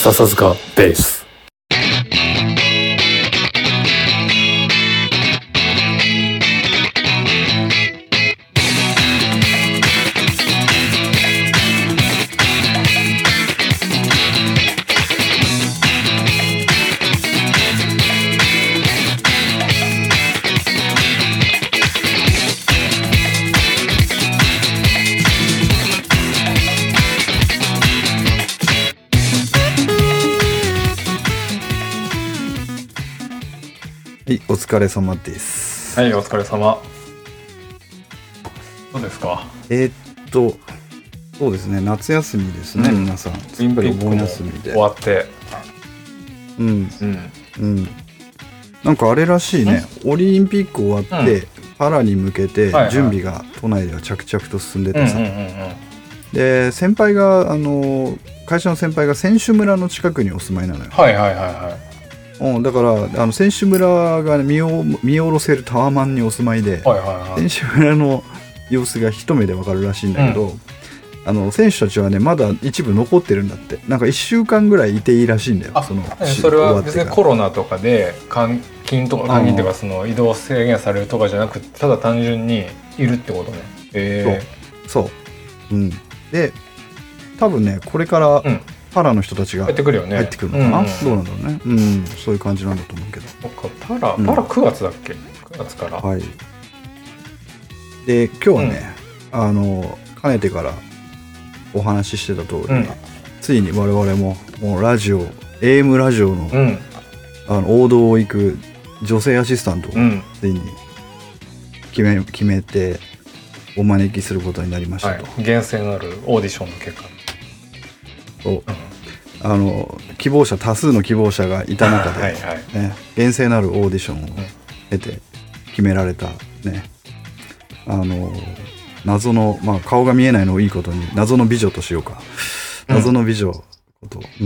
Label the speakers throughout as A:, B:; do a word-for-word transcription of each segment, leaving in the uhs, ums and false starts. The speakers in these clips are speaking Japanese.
A: 笹塚ベース。
B: はい、お疲れ様です。
A: はい、お疲れ様。どうですか？
B: えー、っとそうですね、夏休みですね、うん、皆さん。
A: オリンピックも終わって
B: うんうんうんなんかあれらしいね、オリンピック終わって、うん、パラに向けて準備が都内では着々と進んでてさ、で先輩があの会社の先輩が選手村の近くにお住まいなのよ。
A: はいはいはいはい
B: うん、だからあの選手村が見お見下ろせるタワマンにお住まいで、
A: はいはいはい、
B: 選手村の様子が一目でわかるらしいんだけど、うん、あの選手たちはねまだ一部残ってるんだって。なんかいっしゅうかんぐらいいていいらしいんだよ。その
A: それは別にコロナとかで監禁とか監禁とかその移動制限されるとかじゃなくて、ただ単純にいるってことね。
B: えー、そうそう、うん、で多分ねこれから、うんパラの人たちが入ってくるよね。入ってくるのかな、うんうん、どうなんだろうね、うん、そういう感じなんだと思うけど。
A: そっか、パラ、パラくがつだっけ、うん、くがつから。
B: はい。で今日はね、うん、あのかねてからお話ししてた通り、うん、ついに我々ももうラジオ エーエム ラジオの、うん、あの王道を行く女性アシスタントをついに決め、決めてお招きすることになりましたと、
A: はい、厳正なるオーディションの結果
B: そう、うん、あの希望者多数の希望者がいた中で、ね、はいはい、厳正なるオーディションを経て決められた、ね、あの謎の、まあ、顔が見えないのをいいことに謎の美女としようか、謎の美女こと、うん、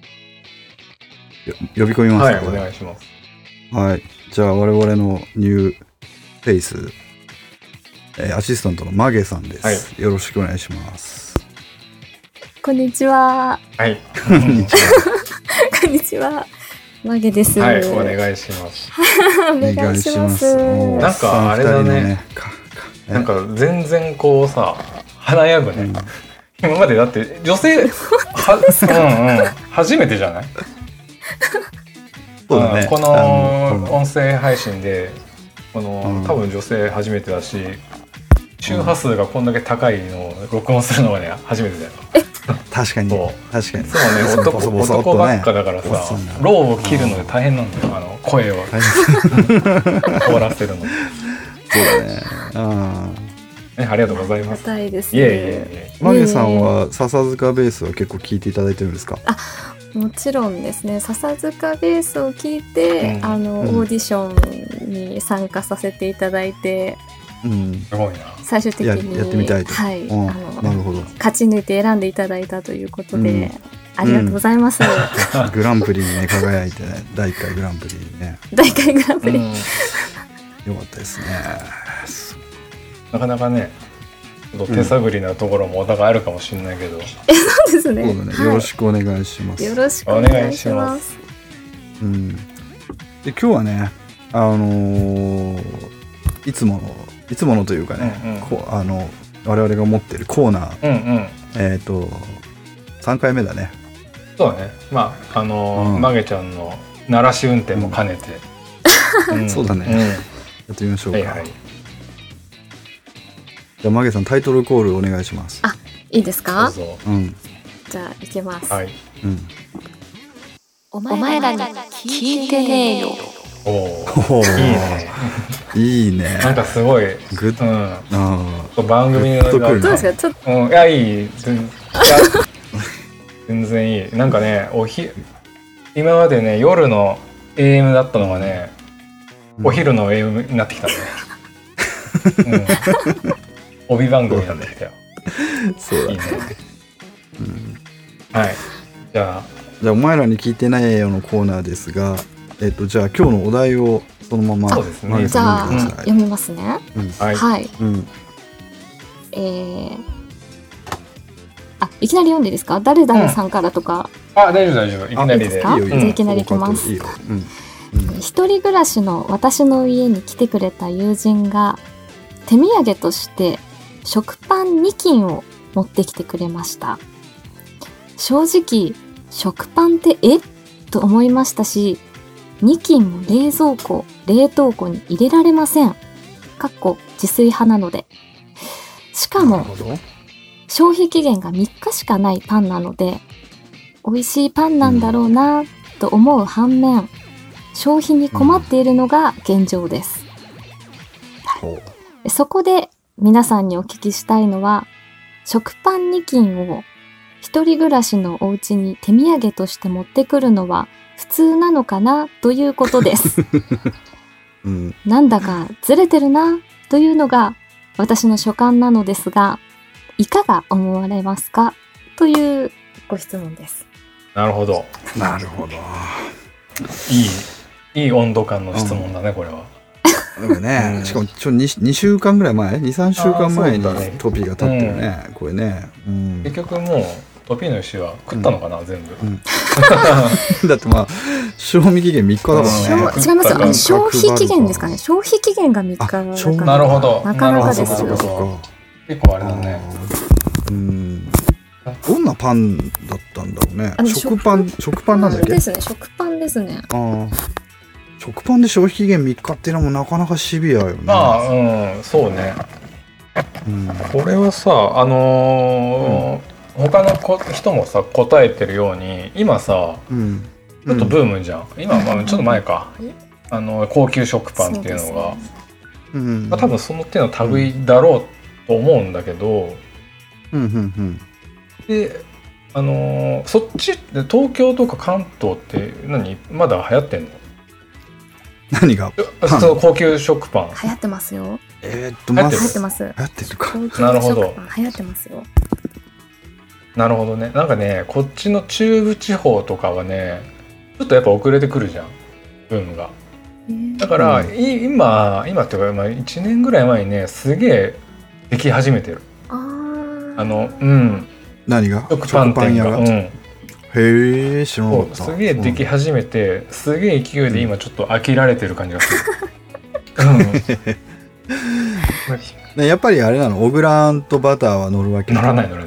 B: 呼び込みますか。
A: はい、お願いします。
B: はい、じゃあ我々のニューフェイス、えー、アシスタントのマゲさんです、はい、よろしくお願いします。
C: こんにちは。
A: はい。
B: こんにちは。
C: こんにちは。マゲです。
A: はい、お願いします。
C: お願いします。
A: なんかあれだね。なんか全然こうさ、華やぐね。うん、今までだって女性は、うんうん、初めてじゃない？
B: そうだね。
A: この音声配信でこの、うん、多分女性初めてだし、周波数がこんだけ高いのを録音するのがね初めてだよ。
B: 確かに確かに
A: そうね、男男ばっかだからさ、ローを切るので大変なんだよ、あの声を凍らせるの。そう
B: だね。あ
A: あ、ありがとうございます。
C: ありがたいですね。
A: いえいえいえ。
B: マゲさんは笹塚ベースは結構聞いていただいてるんですか？
C: あ、もちろんですね。笹塚ベースを聞いて、うん、あの、うん、オーディションに参加させていただいて。
B: うん、
A: すごいな。
C: 最終的に
B: や, やってみたいと、
C: はい、
B: うん、あのなるほど。
C: 勝ち抜いて選んでいただいたということで、うん、ありがとうございます。
B: うん、グランプリにね輝いてね、だいいっかいグランプリにね。
C: だいいっかいグランプリ。うん、よ
B: かったですね。
A: なかなかね、手探りなところもお互いあるかもしれないけど。うん、
C: そうですね。
B: そうだね、はい。よろしくお願いします。
C: よろしくお願いします。
B: うん。で今日はね、あのー、いつものいつものというかね、うんうん、こあの我々が持っているコーナー、うんうん、えっ、ー、とさんかいめだね。
A: そうだね。まああのーうん、マゲちゃんの鳴らし運転も兼ねて、
B: うんうん、そうだね、うん、やってみましょうか。はいはい、じゃあマゲさんタイトルコールお願いします。
C: あ、いいですか？
A: どうぞ。
B: うん、
C: じゃあいきます。
A: はい。
B: うん、
C: お前らに聞いてねえよ。
A: おお、いいね。
B: いいね。
A: なんかすごい
B: グッ、
A: うん、番組が
C: どうですか？ちょっと、
A: うん、いやいい全, 全然いい。なんかね、おひ今までね夜の エーエム だったのがね、うん、お昼の エーエム になってきたね。うん、帯番組になってきたよ。
B: そうだね。
A: いいね。うん、はい。じゃあ
B: じゃあお前らに聞いてないよのコーナーですが、えっとじゃあ今日のお題をそのまま、
A: そうですね、
C: じゃあ、うん、読みますね。
B: うん、
C: はい、はい、うん、えー、あ、いきなり読んでいいですか？誰々さんからとか、
A: あ、大丈夫大丈夫。いきなりで。
C: いいですか？
B: いいよいいよ
C: じゃあいきなりいきます。
B: いいよ、うん
C: 一人暮らしの私の家に来てくれた友人が手土産として食パンにきんを持ってきてくれました。正直食パンってえと思いましたし、にきんも冷蔵庫冷凍庫に入れられません。かっこ自炊派なので。しかも
B: なるほど。
C: 消費期限がみっかしかないパンなので、美味しいパンなんだろうなと思う反面、消費に困っているのが現状です。
B: ほう。
C: そこで皆さんにお聞きしたいのは、食パンにきんを一人暮らしのお家に手土産として持ってくるのは普通なのかなということです。
B: うん、
C: なんだかずれてるなというのが私の所感なのですが、いかが思われますかというご質問です。
A: なるほど。
B: なるほど。
A: いいいい温度感の質問だね、うん、これは。
B: でもね、うん、しかもちょ 2, にしゅうかんぐらい前 にさんしゅうかんまえにトピーが立ってるね、うん、これね、
A: うん、結局もうトピーの石は食ったのかな、うん、全部、うん、
B: だってまあ賞味期限みっかだもんね。
C: 違いますよ、あの消費期限ですかね。消費期限がみっかだから。
A: なるほど、
C: なかなかですよ。
A: 結構あれだね。
B: うん、どんなパンだったんだろうね。食パン、食パンなんだっけ
C: ですね、食パンですね。
B: あ食パンで消費期限みっかっていうのもなかなかシビアよね。
A: ああ、うん、そうね、うん、これはさ、あのーうん、他の人もさ答えてるように今さ、うん、ちょっとブームじゃん、うん、今、まあ、ちょっと前か、あの高級食パンっていうのが、う、ね、うんまあ、多分その手の類だろうと思うんだけど、うんうんうん、であのー、そっち東京とか関東って何まだ流行ってんの？
B: 何が
A: そう高級食パン
C: 流行ってますよ。
B: えー、っと
C: 流行ってます。
B: 流行ってるか。
A: なるほど。
C: 流行ってますよ。
A: なるほどね。なんかね、こっちの中部地方とかはね、ちょっとやっぱ遅れてくるじゃん、ブームが。だから、うん、今今っていうか、まあ、いちねんぐらい前にね、すげえでき始めてる。ああのうん
B: 何が
A: 食パン店が、うん、へ
B: え、知らなかった。
A: すげえでき始めて、うん、すげえ勢いで今ちょっと飽きられてる感じがする。
B: うん、やっぱりあれなの、オグランとバターは乗るわけ？
A: 乗らない乗らない。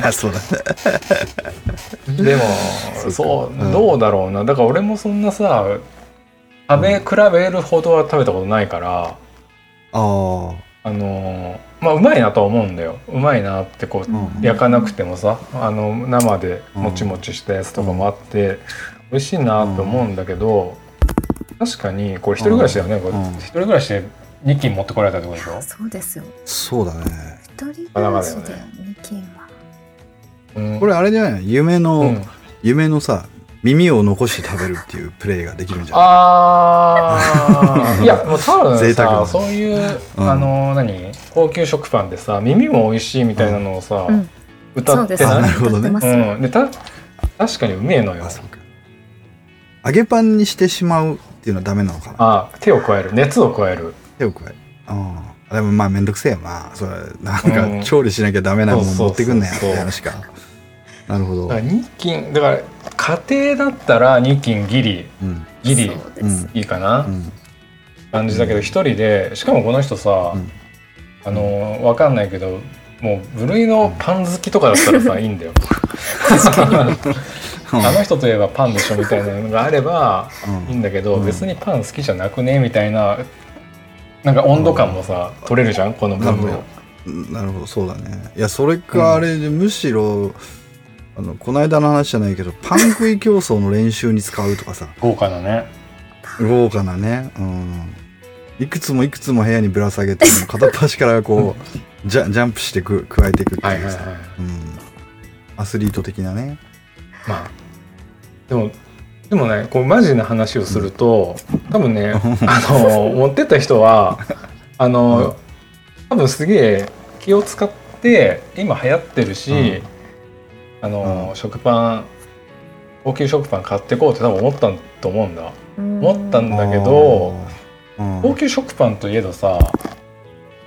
B: そうだ。
A: でもそう、そう、うん、どうだろうな。だから俺もそんなさ食べ比べるほどは食べたことないから、うん、ああのまあうまいなとは思うんだよ。うまいなってこう、うん、焼かなくてもさ、あの生でもちもちしたやつとかもあって、うん、美味しいなと思うんだけど、うん、確かにこれ一人暮らしだよね、うん、これ一人暮らしでにきん持ってこられたってことでしょ？
C: そうですよ。
B: そうだね。
C: 一人暮らしでにきんは、
B: うん、これあれじゃないの？夢の、うん、夢のさ耳を残して食べるっていうプレイができるんじゃない？
A: ああいやもう多分さそういう、うん、あの何高級食パンでさ耳も美味しいみたいなのをさ、うん、歌ってない？
B: なるほどね。
A: うん、でた確かにうめえのよ。あ、そうか。
B: 揚げパンにしてしまうっていうのはダメなのかな？あ、
A: 手を加える、熱を加える。
B: 手を加える。ああ、でもまあめんどくせえよな。それなんか調理しなきゃダメなもの持ってくんねんって話か。なるほど。
A: にきんだから家庭だったらにきんギリ、うん、ギリいいかな、うん、感じだけど、一、うん、人でしかもこの人さ、うん、あのわかんないけどもう無類のパン好きとかだったらさ、うん、いいんだよ。確かにあの人といえばパンでしょみたいなのがあればいいんだけど、うん、別にパン好きじゃなくねみたいななんか温度感もさ、うん、取れるじゃんこの分量。
B: なるほど、そうだね。いやそれかあれで、うん、むしろあのこの間の話じゃないけどパン食い競争の練習に使うとかさ。
A: 豪華なね。
B: 豪華なね。うん。いくつもいくつも部屋にぶら下げて片っ端からこうジャ、ジャンプしてく加えていくっていうさ、はいはいはい、うん、アスリート的なね。
A: まあでもでもねこうマジな話をすると、うん、多分ねあの持ってった人はあの、うん、多分すげえ気を使って今流行ってるし、うんあの、うん、食パン高級食パン買ってこうって多分思ったと思うんだ、うん、思ったんだけど、うん、高級食パンといえどさ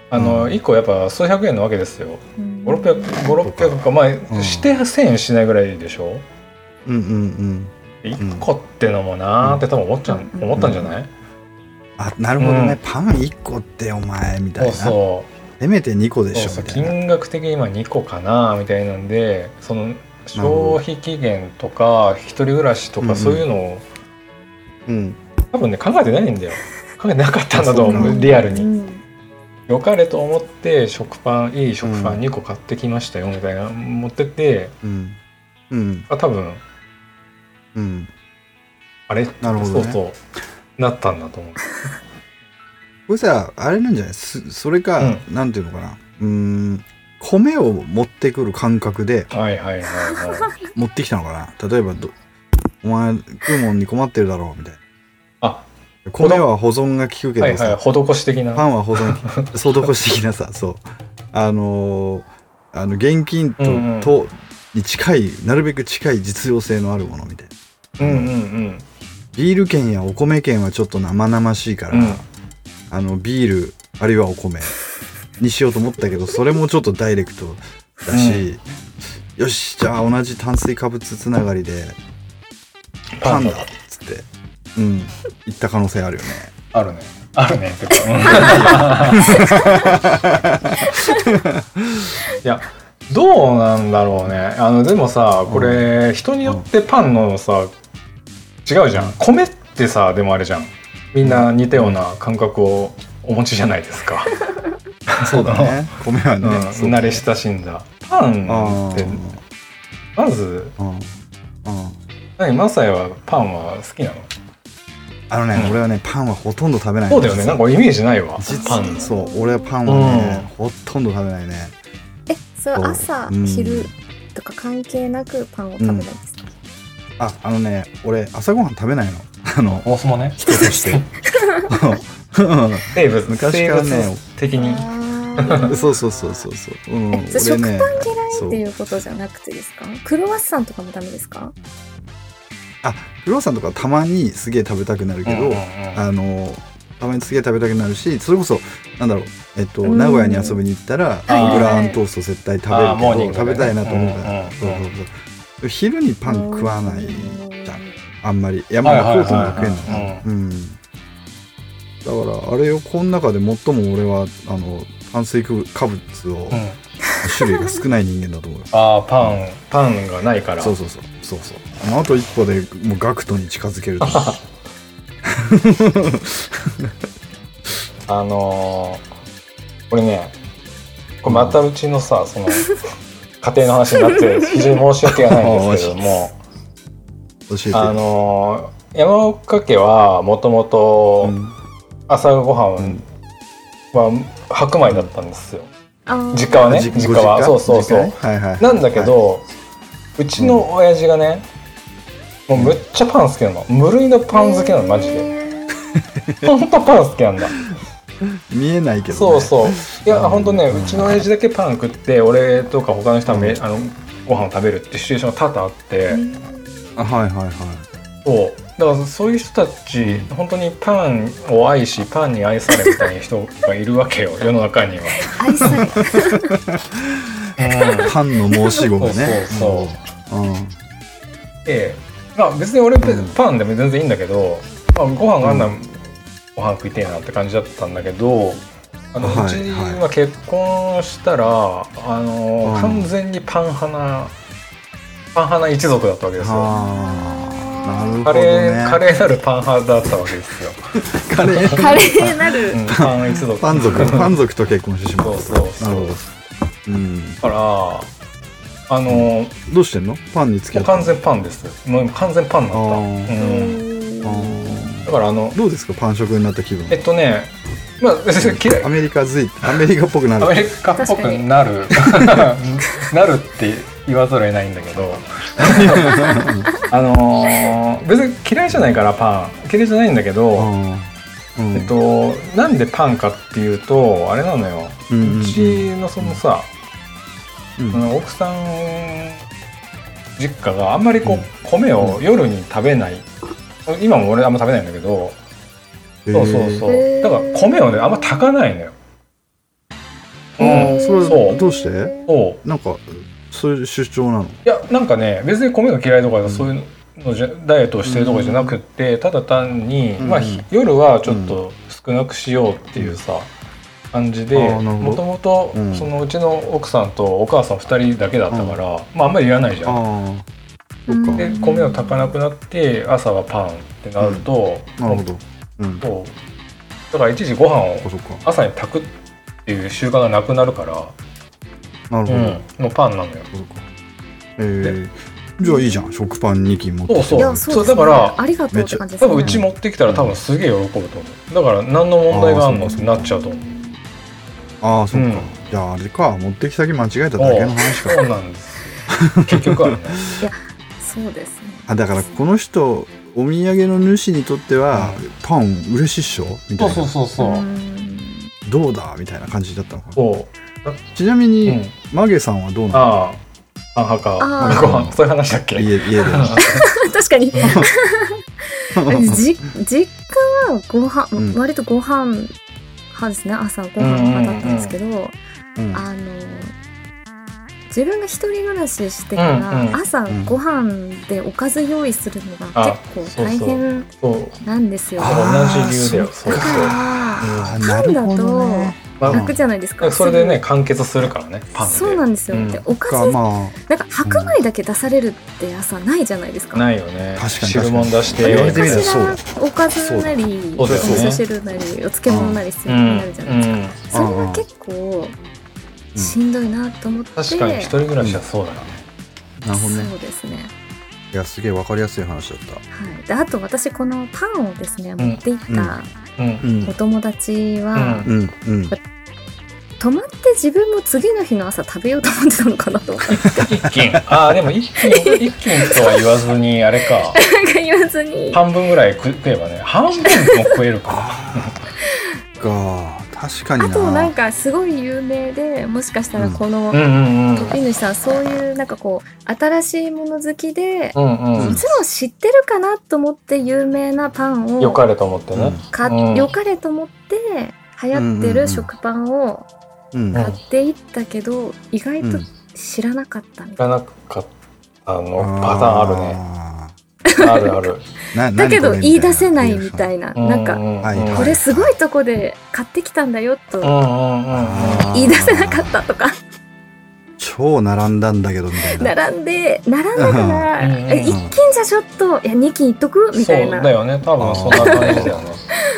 A: あの、うん、いっこやっぱ数百円なわけですよ。ごひゃく、ごひゃく、ろっぴゃくか、まあ、うん、してせんえんしないぐらいでしょ。
B: うんうん
A: うん。いっこってのもなーって多分思っちゃう、うん、思ったんじゃない、うん、
B: あ、なるほどね、うん、パンいっこってお前みたいな。そうそう。せめてにこでしょ
A: そうそう、金額的に今にこかなみたいなんで、その消費期限とか一人暮らしとかそういうのを、うん、うん、多分ね考えてないんだよ。考えてなかったんだと思う、リアルに。うん、よかれと思って食パン、いい食パンにこ買ってきましたよみたいな、うん、持ってって、うんうん、あ、多分、うん、あれ、なるほどね、そうそうなったんだと思う。
B: これさ、あれなんじゃない？それか、うん、なんていうのかな、うーん、米を持ってくる感覚で、はいはいはいはい、持ってきたのかな。例えばど、お前食うもんに困ってるだろうみたいな。あ、米は保存が効くけどさ、はいはい、
A: 施し的な。
B: パンは保存、施し的なさ、そう、あのー、あの現金と、うんうん、とに近い、なるべく近い実用性のあるものみたいな。うんうんうん。ビール券やお米券はちょっと生々しいから。うん、あのビールあるいはお米にしようと思ったけど、それもちょっとダイレクトだし、うん、よし、じゃあ同じ炭水化物つながりでパンだっつって、うん、言った可能性あるよね。
A: あるね、あるねってかいや、どうなんだろうね。あのでもさ、これ、うん、人によってパンのさ違うじゃん。米ってさ、でもあれじゃん、みんな似たような感覚をお持ちじゃないですか。
B: そうだね。米はね、うん、
A: 慣れ親しんだ。パンってまず、うんうん、何、マサイはパンは好きなの？
B: あのね、うん、俺はね、パンはほとんど食べない。
A: そうだよね。なんかイメージないわ。
B: パン。そう、俺はパンはね、うん、ほとんど食べないね。
C: え、それ朝、うん、昼とか関係なくパンを食べないんですか？
B: うん、あ、あのね、俺朝ごはん食べないの。あの、
A: そもそもね、
B: 人として。
A: 生物、昔からね、的に。
B: そうそうそうそうそう。うん、
C: 俺ね、食パン嫌いっていうことじゃなくてですか？クロワッサンとかもダメですか？
B: あ、クロワッサンとかたまにすげえ食べたくなるけど、うんうんうん、あのたまにすげえ食べたくなるし、それこそなんだろう、えっと、名古屋に遊びに行ったらブラウントースト絶対食べるけど、食べたいなと思うから、そうそうそう。昼にパン食わないじゃん、あんまり。いや、まあ食うとも食えんの。うん。だからあれをこの中で最も俺はあの炭水化物を、うん、種類が少ない人間だと思う。
A: ああ、パンパンがないから。
B: そうそうそうそうそう。あのあと一歩でもうガクトに近づけると。
A: あのー、これね、これまたうちのさ、その家庭の話になって非常に申し訳がないんですけれども、
B: 教えて。
A: あのー、山岡家はもともと朝ごはんは白米だったんですよ。実家はね、実家はそうそうそう、ね、はいはい、なんだけど、はい、うちの親父がね、もうむっちゃパン好きなの。無類のパン好きなの、マジで。ほんとパン好きなんだ。
B: 見えないけどね。
A: そうそう。いや、ほんとね、うちの親父だけパン食って、俺とか他の人はめ、うん、あのご飯を食べるってシチュエーションが多々あって。
B: あ、はいはいはい。
A: そう。だからそういう人たち、本当にパンを愛し、パンに愛されみたいな人がいるわけよ、世の中には。
C: 愛され。
B: うん、パンの申し子がね。
A: そうそう。うん。で、まあ別に俺パンでも全然いいんだけど、まあ、ご飯があんな、うん、ご飯食いてえなって感じだったんだけど、あの、はい、うちは結婚したら、あの、うん、完全にパン派なパン派な一族だったわけですよ。
B: なるほどね、
A: カレーカレーなるパン派だったわけですよ。
B: カレー
C: カレーなる、
A: うん、パン一族。
B: パン族パン族と結婚してしまう。
A: そうそうそう。なるほど。うん。だからあの
B: どうしてんの？パンにつけ。
A: 完全パンです。もう完全パンになった。うん。あだからあの
B: どうですか、パン食になった気分？
A: えっとね、まあ嫌い。
B: アメリカづいアメリカっぽくなる。
A: アメリカっぽくなるなるって言わざるを得ないんだけど、あのー、別に嫌いじゃないからパン嫌いじゃないんだけど、うんうん、えっとなんでパンかっていうとあれなのよ。うんうんうん、うちのそのさ、うん、奥さん実家があんまりこう、うん、米を夜に食べない、うん、今も俺あんま食べないんだけど、そうそうそう、だから米をねあんま炊かないのよ。
B: ああ、それ
A: そう
B: はどうして？
A: そう
B: なんかそういう主張なの？
A: いやなんかね別に米が嫌いとかそういうのじゃ、ダイエットをしてるとかじゃなくて、ただ単に、
B: うん
A: まあ、夜はちょっと少なくしようっていうさ感じで、もともとそのうちの奥さんとお母さんふたりだけだったから、まああんまり言わないじゃん。
B: ああ、そっか。
A: で米を炊かなくなって朝はパンってなると、
B: なるほど。うん。
A: そうだから一時ご飯を
B: そっか。
A: 朝に炊くっていう習慣がなくなるから、
B: なるほど。
A: うん、もうパンなのよ。
B: そっか。えー、じゃあいいじゃん、食パンに斤持ってきて。
A: そう
C: いやそうですね、
A: だから
C: ありがとうって感じですね。
A: 多分うち持ってきたら多分すげえ喜ぶと思う。だから何の問題があるのってなっちゃうと思う。
B: ああ、そっか、
A: うん、
B: じゃああれか、持ってき先間違えただけの話か。
A: そうなんですよ結局はね
C: いやそうですね。
B: あ、だからこの人お土産の主にとっては、うん、パン嬉しいっしょみたいな。
A: そうそうそうそう、
B: どうだみたいな感じだったのかな。
A: そう
B: ちなみに、うん、マゲさんはどうなの？あ
A: あパン派かご飯、そういう話だっけ？
B: 家家で
C: 確かにじ実家はご飯、うん、割とご飯派ですね。朝ご飯派だったんですけど、うんうんうん、あの自分が一人暮らししてから、うんうん、朝ご飯でおかず用意するのが結構大変なんですよ。
A: 同じ理由だよ。そうそう。
C: だからパンだと楽じゃないですか。
A: それでね完結するからねパンで。そう
C: なんですよ。うん、でおかず、まあ、なんか白米だけ出されるって朝ないじゃないですか。
A: ないよね。
B: 確かに
A: 汁物出して
B: 言われてみれば
C: そうだ。おかずなり、お味噌汁なり、お漬物なり必要になるじゃないですか。うんうん、それは結構しんどいなと思って。
A: 確かに一人暮らしはそうだな。
B: うん、なるほどね。
C: そうですね。
B: いやすげえわかりやすい話だった。
C: はい。であと私このパンをですね持っていったお友達は、うんうんうん、泊まって自分も次の日の朝食べようと思ってたのかなと思って。
A: 一斤。ああでも一斤一斤とは言わずにあれか。
C: なんか言わずに。
A: 半分ぐらい食えばね半分も食えるか。
B: か。確かにな。
C: あとなんかすごい有名でもしかしたらこの時主さんそういうなんかこう新しいもの好きで、うんうん、もちろん知ってるかなと思って有名なパンを
A: よかれと思ってね、
C: うん、よかれと思って流行ってる食パンを買っていったけど、うん、意外と知らなかったみたいな、
A: 知らなかったのパターンあるね。あるある
C: だけど言い出せないみたいな、なんかこれすごいとこで買ってきたんだよと言い出せなかったとか、
B: 超並んだんだけどみたいな、
C: 並んで並んだからえ一斤じゃちょっといや二斤いっとくみたいな、
A: そうだよね多分そんな感じだよね。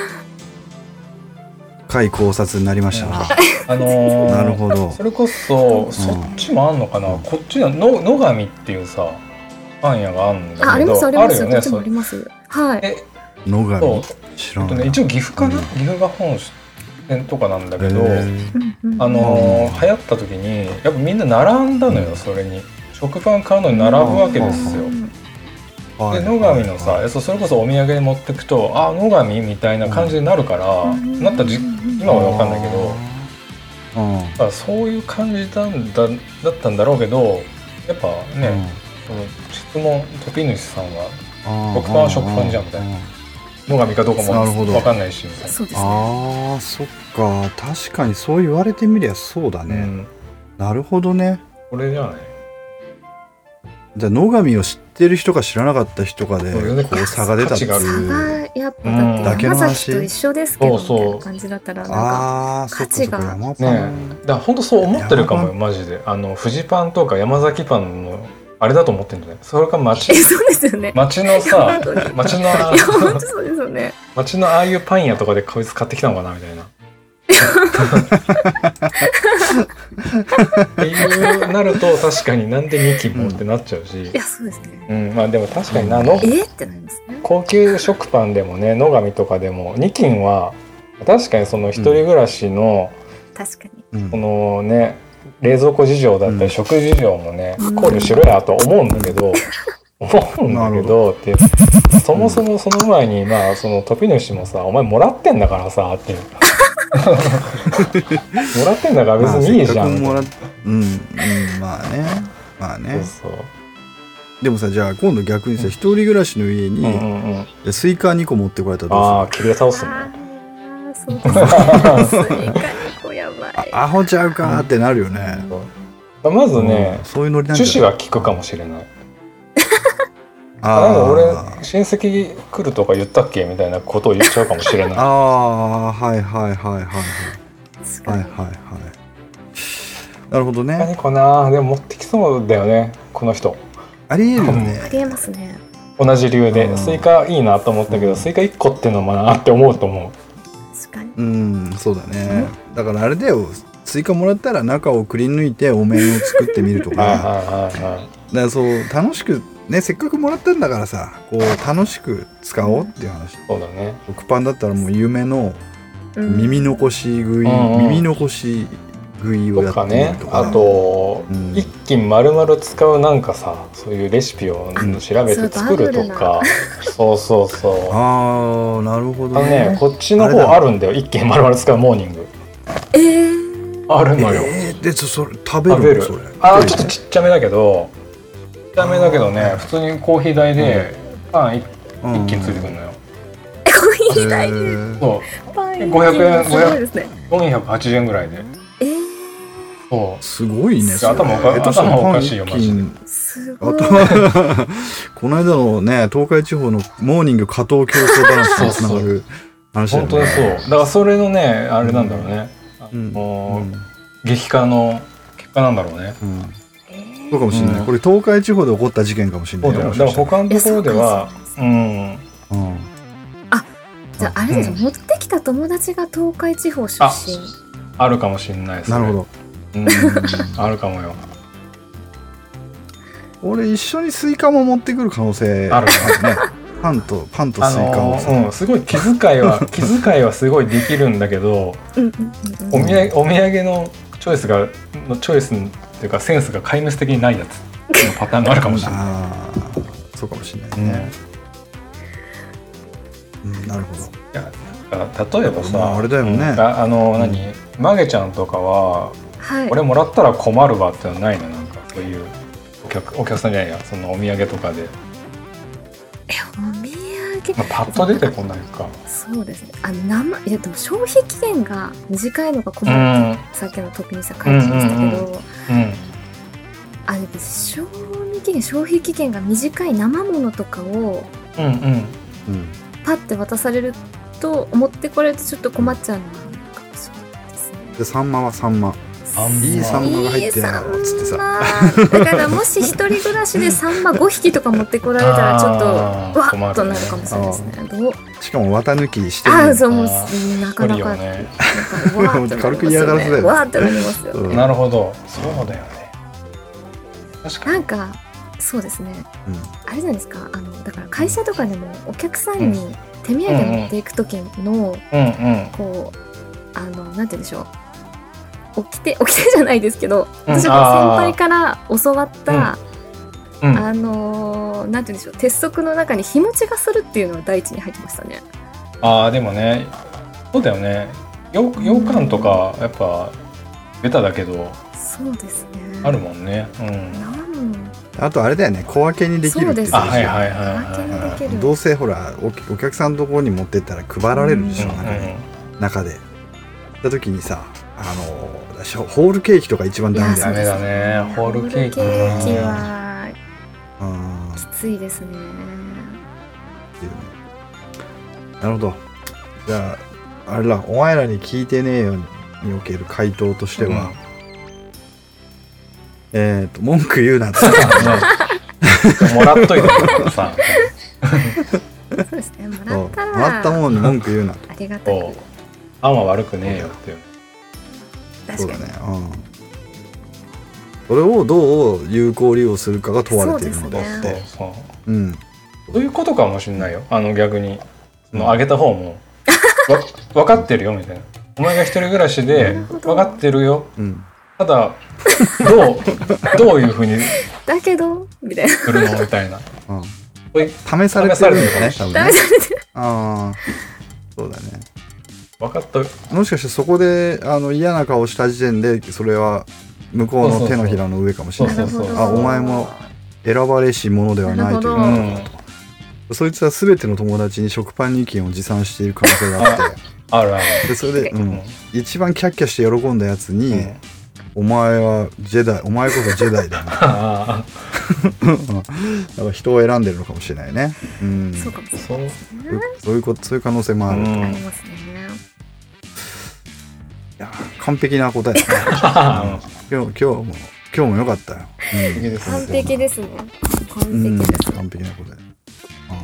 B: 深い考察になりましたな。
A: あのー、
B: なるほど。
A: それこそそっちもあんのかな、こっちの野上っていうさパン屋があるんだけど、
C: あ、ありますあります、
A: あるよね、
C: こっちもあります。はい。
B: え、野上知らない。
A: えっとね、一応岐阜かな、うん、岐阜が本店とかなんだけど、あのー、流行った時にやっぱみんな並んだのよ、それに食パン買うのに並ぶわけですよ。で野上のさ、それこそお土産に持ってくとあ野上みたいな感じになるから、うん、なったじ今は分かんないけど、うん、だからそういう感じなんだだったんだろうけどやっぱね、うん、その質問トピ主さんは食パンは食パンじゃんみたいな、野上かどうかも分かんないしみたいな。
C: そうですね。
B: ああそっか、確かにそう言われてみりゃそうだね、うん、なるほどね。
A: これじゃない。
B: じゃあ野上を知ってる人か知らなかった人かでこう差が出たっていう
C: 差がやっぱだって山崎と一緒ですけどみたいな感じだったらなんか価値が
A: ねえ、だから本当そう思ってるかもよマジで。あのフジパンとか山崎パンのあれだと思ってるんじゃない？それか町
C: そうですよね。
A: 町のさ町のいや
C: 本当そうですよね。
A: 町のああいうパン屋とかでこいつ買ってきたのかなみたいな。っていうなると確かになんでに斤もってなっちゃうし、うん、
C: いやそうですね、
A: うん、まあでも確かにな、うん、の
C: えってなりますね。
A: 高級食パンでもね野上とかでもに斤は確かにその一人暮らしの、
C: うん、確かに
A: このね冷蔵庫事情だったり食事情もね、うん、考慮しろやと思うんだけど、うん、思うんだけどってそもそもその前にまあその時主もさお前もらってんだからさっていうもらってんだから別にいいじゃん、
B: まあ、もらっうんうんまあねまあねそうそう。でもさじゃあ今度逆にさ、うん、一人暮らしの家に、うんうんうん、スイカにこ持ってこられたらどうする？
A: ああ切り倒すね。
C: あそうですねスイカにこやばい。
B: アホちゃうかってなるよね。
A: うん、まずね、
B: うん、そういうノリなんじゃない？
A: 趣旨は聞くかもしれない。あ、なんか俺親戚来るとか言ったっけみたいなことを言っちゃうかもしれない。
B: ああ、はいはいはいはいはいはいはいはい。なるほどね。
A: 何かな、でも持ってきそうだよねこの人。
B: ありえるよね。
C: ありえますね。
A: 同じ理由でスイカいいなと思ったけど、スイカいっこっていうのもなって思うと思う。
C: 確かに。
B: うん、そうだね。だからあれだよ、スイカもらったら中をくり抜いてお面を作ってみるとか。はいはいはいはい。だからそう楽しくね、せっかくもらったんだからさ、こう楽しく使おうっていう話。
A: そうだね。
B: 食パンだったらもう夢の耳残し食い、うん、耳残し食いをやってみるとか。
A: ね、あと、うん、一斤丸々使うなんかさ、そういうレシピを調べて作るとか。そうそうそう。
B: ああ、なるほどね。
A: あのね、こっちの方あるんだよ。一斤丸々使うモーニング。
C: えー、
A: あるのよ。
B: えー、でそれ食べる？食べる。それ
A: あー、ちょっとちっちゃめだけど。ちっちゃめだけどね、普通にコーヒー代でパン一斤ついてくるのよ。
C: コーヒー代で。
A: そう。
C: パン
A: ごひゃくえん、ごひゃく、よんひゃくはちじゅうえんぐらいで。
C: えー、
A: そう。
B: すごいね。
A: 頭おか、頭おかしいよマジで。
C: すごい。
B: この間のね、東海地方のモーニング加藤競争話につながる話だよね。
A: 本当にそう。だからそれのね、あれなんだろうね。うん、もう、うん、激化の結果なんだろうね。うん、
B: そうかもしれない、うん、これ東海地方で起こった事件かもしれない。
A: そうだよ。だから他のところでは、うん、うん、
C: あ、じゃああれですよ、うん、持ってきた友達が東海地方出身。
A: あ, あるかもしれないですね。
B: なるほど。
A: うん、あるかもよ。
B: 俺一緒にスイカも持ってくる可能性
A: あるね。
B: パンとパンとスイカを、
A: あのーうん、すごい気遣いは気遣いはすごいできるんだけど、お土産お土産のチョイスがのチョイスっていうかセンスが壊滅的にないやつのパターンがあるかもしれない。
B: ああ、そうかもしれないね。うん、うん、なるほど。いや、
A: 例えばさ、
B: まあ、あれだよね。
A: あ, あの何、うん、マゲちゃんとかは、はい、俺もらったら困るわってのはないの？なんかそういうお 客, お客さんじゃないや、そのお土産とかで。
C: え、お土産、
A: まあ、パッと出てこないか。
C: そうですね。あ、生、いやでも消費期限が短いのが困るって、うん、さっきのトピにさ書いてましたけど、うんうんうんうん、あれ賞味期限消費期限が短い生ものとかを、うんうん、パッて渡されると思ってこれるとちょっと困っちゃうのかもしれないですね。
B: でサンマはサンマ。いいサンマが入ってるのっつってさ。
C: だからもし一人暮らしでサンマごひきとか持ってこられたらちょっとわっとなるかもしれないですね。どう
B: しかも綿抜きしてる。
C: ああ、そう、もうなかなか、ね、
B: なんか軽く嫌がらせだよね。
C: わーってなりますよね。
A: なるほど、そうだよね。
C: 確かになんかそうですね、うん、あれじゃないですか、あのだから会社とかでもお客さんに手土産持っていく時の、うんうん、こうあのなんて言うんでしょう、起きて起きてじゃないですけど、私は先輩から教わった、うんうん、あのなんて言うんでしょう、鉄則の中に日持ちがするっていうのが第一に入ってましたね。
A: ああ、でもね、そうだよね。よ羊羹とかやっぱベタだけど、
C: そうですね、
A: あるもんね。うん。
B: あとあれだよね、小分けにできるっていう。
A: あ、はいはいはい、
B: はい、どうせほら お, お客さんのところに持ってったら配られるでしょ、うん、中で、うん、中で行った時にさ、あのホールケーキとか一番ダメだよね。
A: ダメだね、ホールケーキ。
C: ホールケーキはきついですね。
B: なるほど。じゃああれだ、お前らに聞いてねえよにおける回答としては、うん、えっ、ー、と文句言うなって
A: もらっといてくださ
C: い。そうですね、もらったら
B: もらったもんに文句言うなと。
C: ありがたい。
A: あんは悪くねえよっていう。
B: そうだね、うん、それをどう有効利用するかが問われているのであって、
A: そうそう、うん、そういうことかもしれないよ。あの逆にそのあげた方も分かってるよみたいな、お前が一人暮らしで分かってるよ、うん、ただどうどういうふうに
C: だけどみたいな
A: するのみたいな、
B: うん、試されてるんだね、多分ね。
C: 試されてる。
B: ああ、そうだね。
A: 分かった。
B: もしかしてそこであの嫌な顔した時点でそれは向こうの手のひらの上かもしれない。あ、お前も選ばれし者ではないということだと。そいつは全ての友達に食パンに意見を持参している可能性があって
A: あるある。
B: でそれで、うん、一番キャッキャして喜んだやつに、うん、お前はジェダイ、お前こそジェダイだね。だから人を選んでるのかもしれないね。うん、
C: そうかもしれないですね。
B: そういうこと、そういう可能性もあると。
C: ありますね。
B: いや完璧な答えだね。今日今日も今日も良かったよ。
C: うん、完璧ですね。完璧です。
B: うん、完璧な答え。あ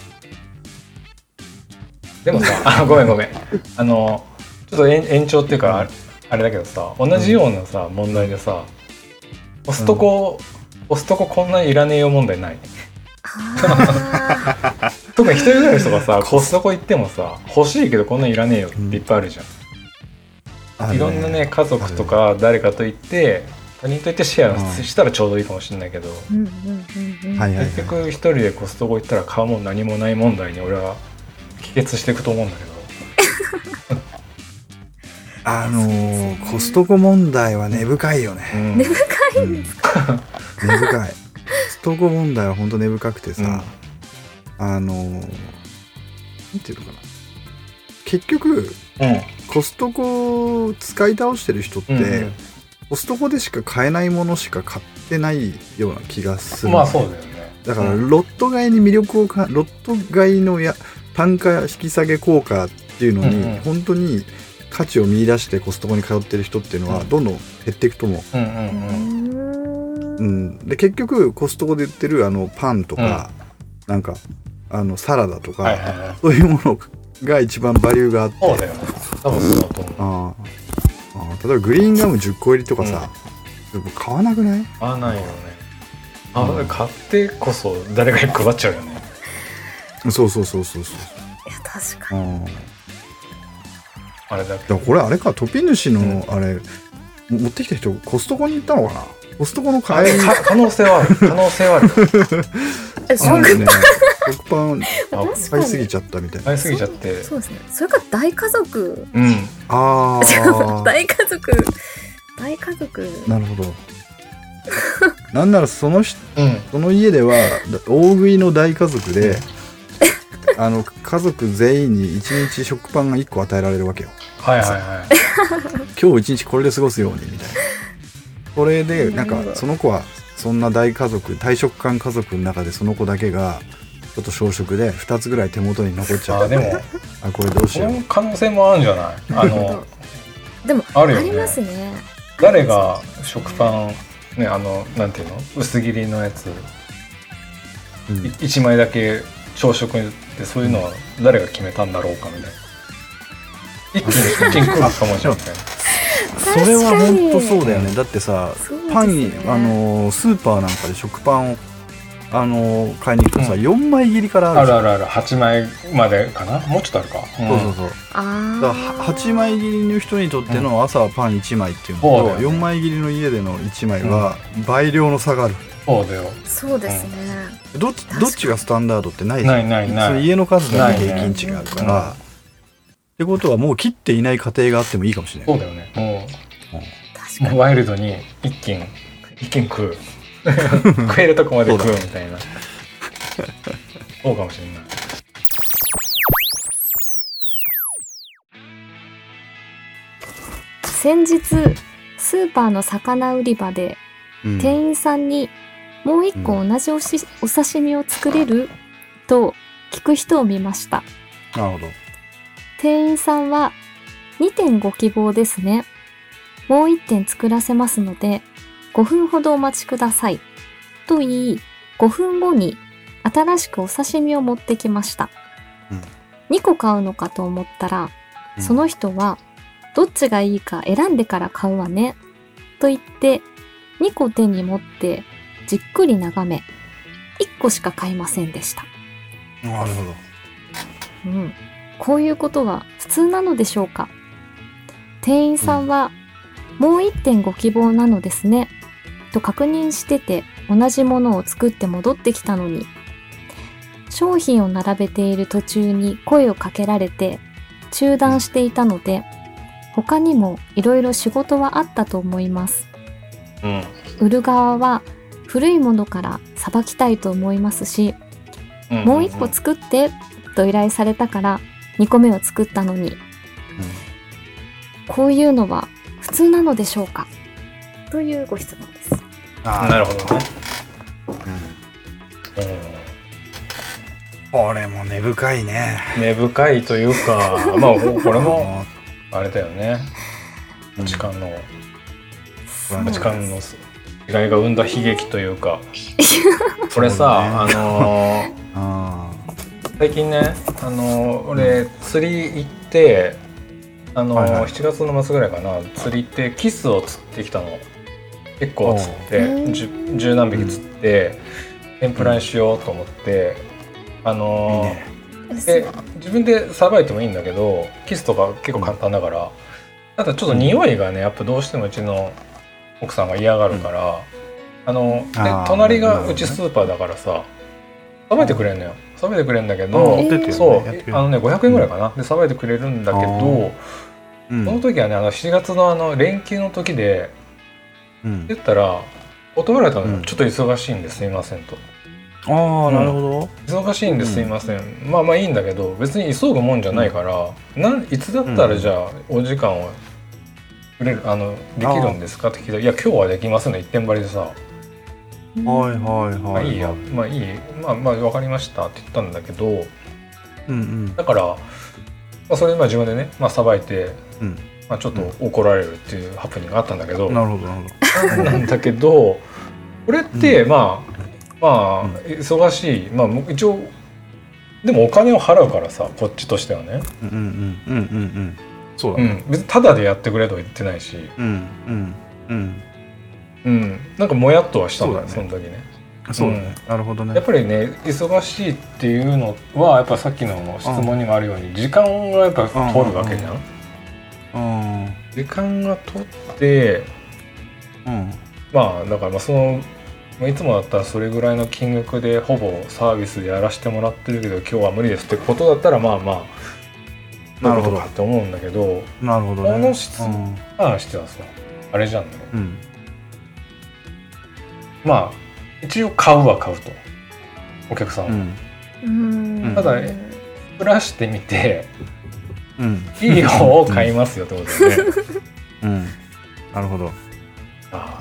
A: でもさ、あごめんごめん。あのちょっと延長っていうか、うん、あれだけどさ、同じようなさ、うん、問題でさ、コストコ、うん、コストコこんなにいらねえよ問題ない。特に一人暮らしとかさ、コストコ行ってもさ、欲しいけどこんなにいらねえよっていっぱいあるじゃん。うん、いろんなね、家族とか誰かと行って他人と行ってシェアしたらちょうどいいかもしれないけど、結局一人でコストコ行ったら買うもん何もない問題に俺は帰結していくと思うんだけど。
B: あのー、コストコ問題は根深いよね。
C: うん、根深いんですか？
B: うん、根深い。コストコ問題は本当根深くてさ、うん、あのー、なんていうのかな。結局、うん、コストコを使い倒してる人って、うんうん、コストコでしか買えないものしか買ってないような気がする。
A: まあそうだよね。
B: だからロット買いに魅力をか、ロット買いのや単価引き下げ効果っていうのに、うんうん、本当に価値を見出してコストコに通ってる人っていうのはどんどん減っていくと思う。うんうんうん、で結局コストコで売ってるあのパンとか、うん、なんかあのサラダとか、はいはいはい、そういうものが一番バリューがあって、
A: そうだよね。多分そうだと思う。
B: ああ、例えばグリーンガムじゅっこ入りとかさ、うん、買わなくない？
A: 買わないよね。あ、うん、買ってこそ誰が配っちゃうよね。
B: そうそうそうそうそう。
C: いや確かに。
A: あれだけ
B: ど。これあれか、トピ主のあれ、うん、持ってきた人コストコに行ったのかな。コストコの買い
A: 可能性はある。可能性はある。
B: なんでね、食パン買いすぎちゃったみたいな。
A: 買いすぎちゃって。
C: そうですね。それか大家族。
A: うん。
B: ああ。
C: 大家族。大家族。
B: なるほど。なんならその人、うん、その家では大食いの大家族で、うん、あの家族全員に一日食パンがいっこ与えられるわけよ。
A: はいはいはい。
B: 今日一日これで過ごすようにみたいな。これでなんかその子はそんな大家族、大食漢家族の中でその子だけがちょっと小食でふたつぐらい手元に残っちゃって、あでもあこれどうしよう。
A: この可能性もあるんじゃない？あの
C: でもあるよね。ありますね。
A: 誰が食パンね、あのなんていうの薄切りのやつ、うん、いちまいだけ朝食にってそういうのは誰が決めたんだろうかみたいな。一気に一気に来るかもしれない。
B: それは本当そうだよね。だってさ、ね、パンにあのスーパーなんかで食パンをあの買いに行くとさ、うん、よんまい切りからあるじゃん。
A: あるあるある。はちまいまでかな。もうちょっとあるか。
B: うん、そうそうそう。あだからはちまい切りの人にとっての朝はパンいちまいっていうのと、うんね、よんまい切りの家でのいちまいは倍量の差がある。
A: そうだよ。
C: そうですね。
B: うん、どっちどっちがスタンダードってないじゃん。
A: ないないない。
B: その家の数だけ平均値があるから。ってことはもう切っていない家庭があってもいいかもしれない。
A: そうだよね。もう、うん、もうワイルドに一斤一斤食う食えるとこまで食うみたいな。そうかもしれない。
C: 先日スーパーの魚売り場で、うん、店員さんにもう一個同じおし、うん、お刺身を作れると聞く人を見ました。
B: なるほど。
C: 店員さんはにてんご希望ですね。もういってん作らせますのでごふんほどお待ちくださいと言い、ごふんごに新しくお刺身を持ってきました。うん、にこ買うのかと思ったら、うん、その人はどっちがいいか選んでから買うわねと言ってにこ手に持ってじっくり眺めいっこしか買いませんでした。
B: なるほど。
C: うん。こういうことは普通なのでしょうか。店員さんは、うん、もう いってんご 希望なのですねと確認してて同じものを作って戻ってきたのに、商品を並べている途中に声をかけられて中断していたので、他にもいろいろ仕事はあったと思います。うん、売る側は古いものからさばきたいと思いますし、うんうんうん、もう一個作ってと依頼されたからにこめを作ったのに、 こういうのは普通なのでしょうかというご質問です。
A: ああ、なるほどね。
B: うん。うん、これも根深いね。
A: 根深いというか、まあこれもあれだよね。価値観の価値観の違いが生んだ悲劇というか。これさ、ね、あのー、あ最近ね、あのー、俺釣り行って、あのーはいはい、しちがつの末ぐらいかな、釣り行ってキスを釣ってきたの。結構釣って十何匹釣って天ぷらにしようと思って、あのー、いいね、で自分でさばいてもいいんだけど、キスとか結構簡単だから、ただちょっと匂いがね、やっぱどうしてもうちの奥さんが嫌がるから、うん、あので隣がうちスーパーだからさ、さばいてくれるのよ。さばいてくれるんだけど、えー、そうあのねごひゃくえんぐらいかな、でさばいてくれるんだけど、うん、その時はね、あのしちがつのあの連休の時で、うん、言ったら断られたのよ、うん、ちょっと忙しいんですいませんと。
B: ああ、なるほど。
A: 忙しいんですすいません、うん、まあまあいいんだけど、別に急ぐもんじゃないから、うん、なんいつだったらじゃあお時間をくれる、あのできるんですかって聞いたら、いや今日はできませんね、一点張りでさ、はい
B: はいはい、
A: まあいいや、まあいい、まあまあ分かりましたって言ったんだけど、うんうん、だから、まあ、それでまあ自分でね、まあさばいて、うん、まあ、ちょっと怒られるっていうハプニングがあったんだけど、
B: なるほどなる
A: ほどなんだけど、これって、うん、まあまあ、うん、忙しい、まあ一応でもお金を払うからさ、こっちとしてはね、うんうんうんうんうん、そうだね、うん、別にタダでやってくれとは言ってないし、うんうんうんうん、なんかもやっとはしたんだよ、その時ね。
B: そうだね、うん、なるほどね。
A: やっぱりね、忙しいっていうのはやっぱさっきの質問にもあるように、時間がやっぱ取るわけじゃん。うんうん、時間が取って、うん、まあだからまあそのいつもだったらそれぐらいの金額でほぼサービスでやらせてもらってるけど、今日は無理ですってことだったら、まあまあなるほどって思うんだけど、
B: なるほどね。
A: この質に関してはさ、あれじゃんね、うん、まあ一応買うは買うと、お客さんは、うん、ただプラしてみて、うん、いい方を買いますよってことだよね。
B: うん、なるほど。あ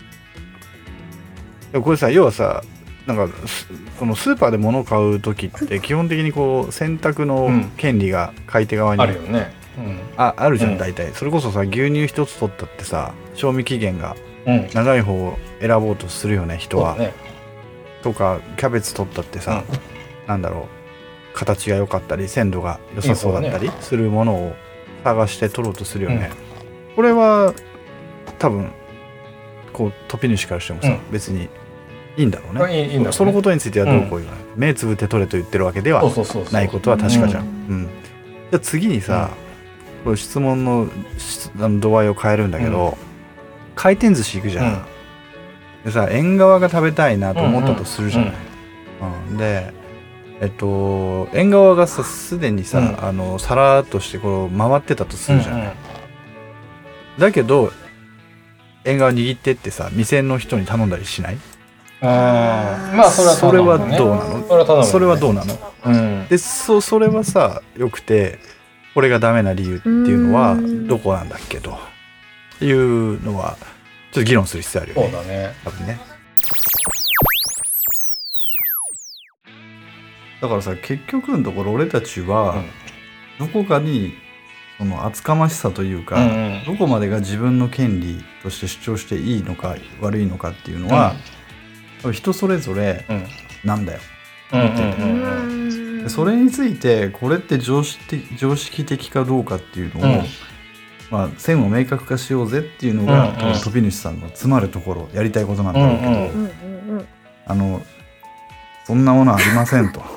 B: あ、これさ、要はさ、なんかそのスーパーで物を買う時って基本的にこう選択の権利が買い手側に、うん、あるよね、うん、あ, あるじゃん、うん、大体。それこそさ、牛乳一つ取ったってさ、賞味期限が長い方を選ぼうとするよね、人は、ね、とかキャベツ取ったってさ、うん、なんだろう、形が良かったり鮮度が良さそうだったりするものを探して取ろうとするよね、うん、これは多分こうトピ主からしてもさ、うん、別にいいんだろうね。いい、いいんだろうね。そのことについてはどうこう言わない、うん、目つぶって取れと言ってるわけではないことは確かじゃん。うん、じゃあ次にさ、うん、これ質問の度合いを変えるんだけど、うん、回転寿司行くじゃん、うん、でさ、縁側が食べたいなと思ったとするじゃない、うんうん、でえっと縁側がさ、すでにさ、うん、あの皿としてこう回ってたとするじゃない、うんうん、だけど縁側握ってってさ、店の人に頼んだりしない？
A: あ、まあそれは
B: それはどうなの？
A: それは頼むね。
B: それはどうなの？うん、で そ, それはさ、よくて、これがダメな理由っていうのはどこなんだっけというのはちょっと議論する必要あるよね。
A: そうだね、
B: 多分ね。だからさ、結局のところ俺たちはどこかにその厚かましさというか、うんうん、どこまでが自分の権利として主張していいのか悪いのかっていうのは、うん、人それぞれなんだよ、うんうんうんうん、それについてこれって常識的、常識的かどうかっていうのを、うん、まあ、線を明確化しようぜっていうのが、うんうん、飛び主さんの詰まるところやりたいことなんだろうけど、うんうん、あのそんなものありませんと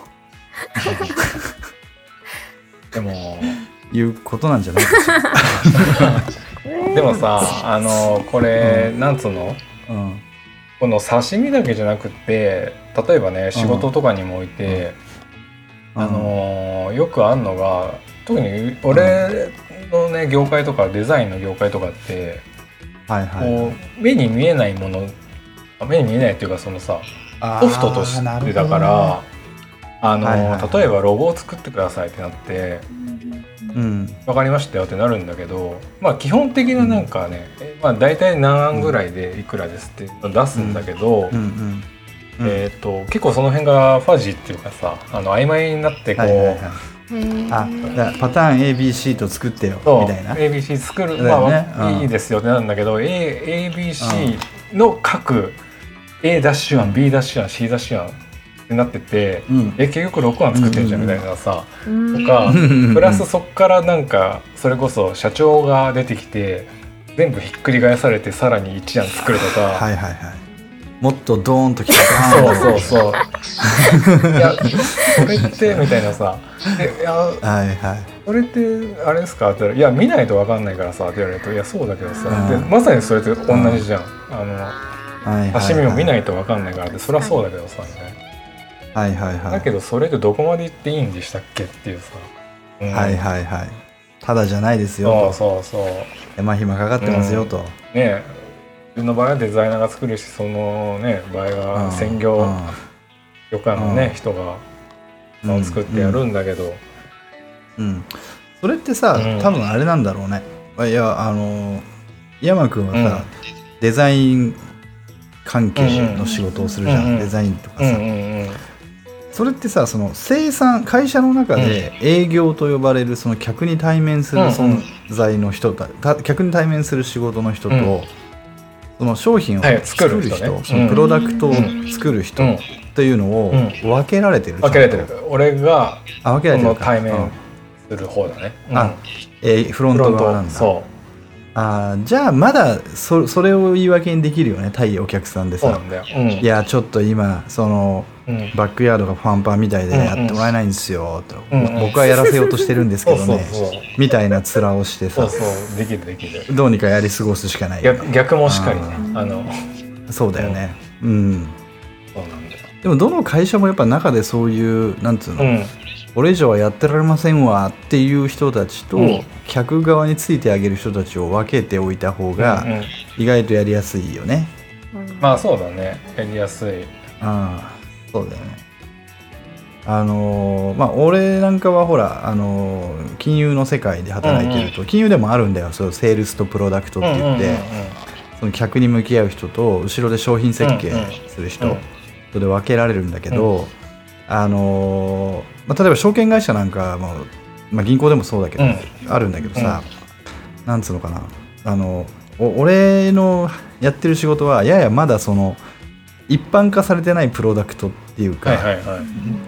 A: でも
B: いうことなんじゃないかしら。
A: でもさ、あのこれ、うん、なんつうの、うん、この刺身だけじゃなくて、例えばね、仕事とかにもおいて、うん、あのよくあんのが、特に俺のね、業界とかデザインの業界とかって、はいはいはい、こう目に見えないもの、目に見えないっていうか、そのさ、ソフトとしてだから、あの、はいはいはい、例えばロゴを作ってくださいってなって、 分かりましたよってなるんだけど、まあ基本的ななんかね、うん、まあ大体何案ぐらいでいくらですって出すんだけど、うんうんうんえー、と結構その辺がファジーっていうかさあの曖昧になってこう、はいはいはい、
B: あだパターン エービーシー と作ってよみたいな
A: エービーシー 作る、ねまあうん、いいですよってなんだけど A、エービーシー の各 A ダッシュ案 B ダッシュ案 C ダッシュ案ってなってて、うん、え結局ろく案作ってんじゃんみたいなさ、うん、とかプラスそっからなんかそれこそ社長が出てきて全部ひっくり返されてさらにいち案作るとか
B: はいはいはいもっとドーンときた
A: そうそうそういやそれってみたいなさでいや、はいはい、それってあれですかって言ったらいや見ないと分かんないからさって言われるといやそうだけどさ、うん、でまさにそれって同じじゃん、うん、あの、はいはい、刺身を見ないと分かんないからってそりゃそうだけどさみたいな、はいはいはい、だけどそれってどこまで行っていいんでしたっけっていうさ、
B: うん、はいはいはいただじゃないですよと
A: そうそうそう
B: 手間暇かかってますよと、うん、
A: ねえ自分の場合はデザイナーが作るしそのね場合は専業旅館のね人が作ってやるんだけど、
B: うん、うん、それってさ、うん、多分あれなんだろうねいやあの山君はさ、うん、デザイン関係の仕事をするじゃん、うんうん、デザインとかさ、うんうんうん、それってさその生産会社の中で営業と呼ばれるその客に対面する存在の人と、うんうん、客に対面する仕事の人と、うんその商品を作る人、はい、そのプロダクトを作る人というのを分けられてる、うん、
A: 分けられてる俺があ分けられてるか対面する方だね、
B: うん、あ、えー、フロント側なんだそうあじゃあまだ そ, それを言い訳にできるよね対お客さんでさそうなんだよ、うん、いやちょっと今その、うん、バックヤードがパンパンみたいでやってもらえないんですよ、うんうん、僕はやらせようとしてるんですけどねみたいな面をしてさ
A: そうそうできるできる
B: どうにかやり過ごすしかない、ね、
A: 逆, 逆もしっかりねあの
B: そうだよねうん、うん、そうなんだよでもどの会社もやっぱ中でそういうなんつうの、うんこれ以上はやってられませんわっていう人たちと、うん、客側についてあげる人たちを分けておいた方が意外とやりやすいよね、
A: うんうん、まあそうだねやりやすい
B: ああそうだよねあのー、まあ俺なんかはほら、あのー、金融の世界で働いてると、うんうん、金融でもあるんだよそういうセールスとプロダクトって言って、うんうんうん、その客に向き合う人と後ろで商品設計する人とで分けられるんだけど、うんあのーまあ、例えば証券会社なんかも、まあ、銀行でもそうだけど、うん、あるんだけどさ、うん、なんつうのかなあの俺のやってる仕事はややまだその一般化されてないプロダクトっていうか、はいはいはい、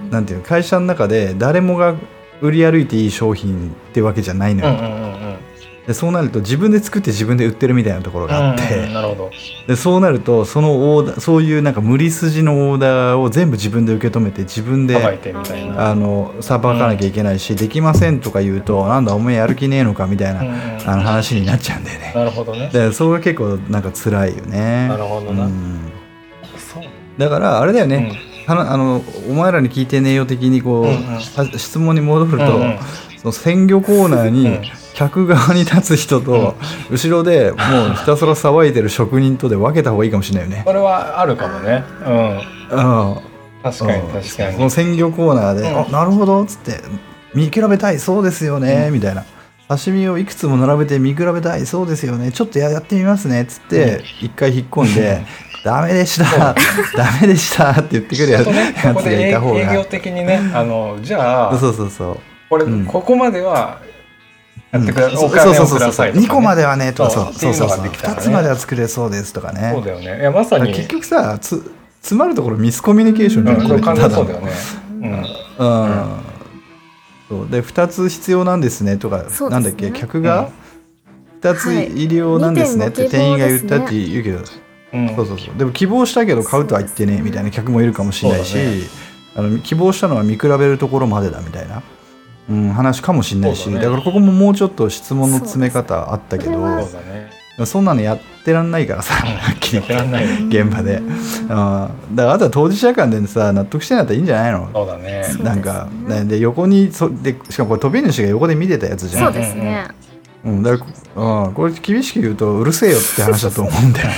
B: なんていう会社の中で誰もが売り歩いていい商品ってわけじゃないのよ、うんうんうんうんでそうなると自分で作って自分で売ってるみたいなところがあって、うんうん、なるほどでそうなるとそのオーダーそういうなんか無理筋のオーダーを全部自分で受け止めて自分でさばいてみたいなあのさばかなきゃいけないし、うん、できませんとか言うとなんだお前やる気ねえのかみたいな、うんうん、あの話になっちゃうんだよね
A: なるほどね
B: でそれが結構なんか辛いよね
A: なるほどな、うん、
B: そうだからあれだよね、うん、あのお前らに聞いてねえよ的にこう、うんうん、質問に戻ると、うんうん、その鮮魚コーナーに、うん客側に立つ人と、うん、後ろでもうひたすらさばいてる職人とで分けた方がいいかもしれないよね
A: これはあるかもねうん、うん、確かに確かに
B: この鮮魚コーナーで、うん、あなるほどっつって見比べたいそうですよね、うん、みたいな刺身をいくつも並べて見比べたいそうですよねちょっと や, やってみますねっつって一、うん、回引っ込んでダメでしたダメでしたって言ってくるやつがいた方が、ね、ここで
A: 営業的にねあのじゃあ
B: そうそうそう
A: これ、うん、ここまではやってくだ、うん、お金をくださいとか、ね、
B: にこまではねとかそうそうそうそうふたつまでは作れそうですとかね
A: そうだよねいやまさに
B: 結局さつ詰まるところミスコミュニケーションじゃない、
A: うん、完全そうだよね
B: うん、うんうん、そうでふたつ必要なんですねとか、ね、なんだっけ客がふたつ入り用なんですねって店員が言ったって言うけど、うん、そうそうそうでも希望したけど買うとは言ってねみたいな客もいるかもしれないし、ね、あの希望したのは見比べるところまでだみたいなうん、話かもしれないし だ,、ね、だからここももうちょっと質問の詰め方あったけど そ,、ね、そんなのやってらんないからさはっきり言って現場で、うん、だからあとは当事者間でさ納得してんだったらいいんじゃないの
A: そうだね
B: なんかで、ね、横にそでしかもこれ飛び主が横で見てたやつじゃん
C: そうですね
B: うん、だから、うん、これ厳しく言うとうるせえよって話だと思うんだよ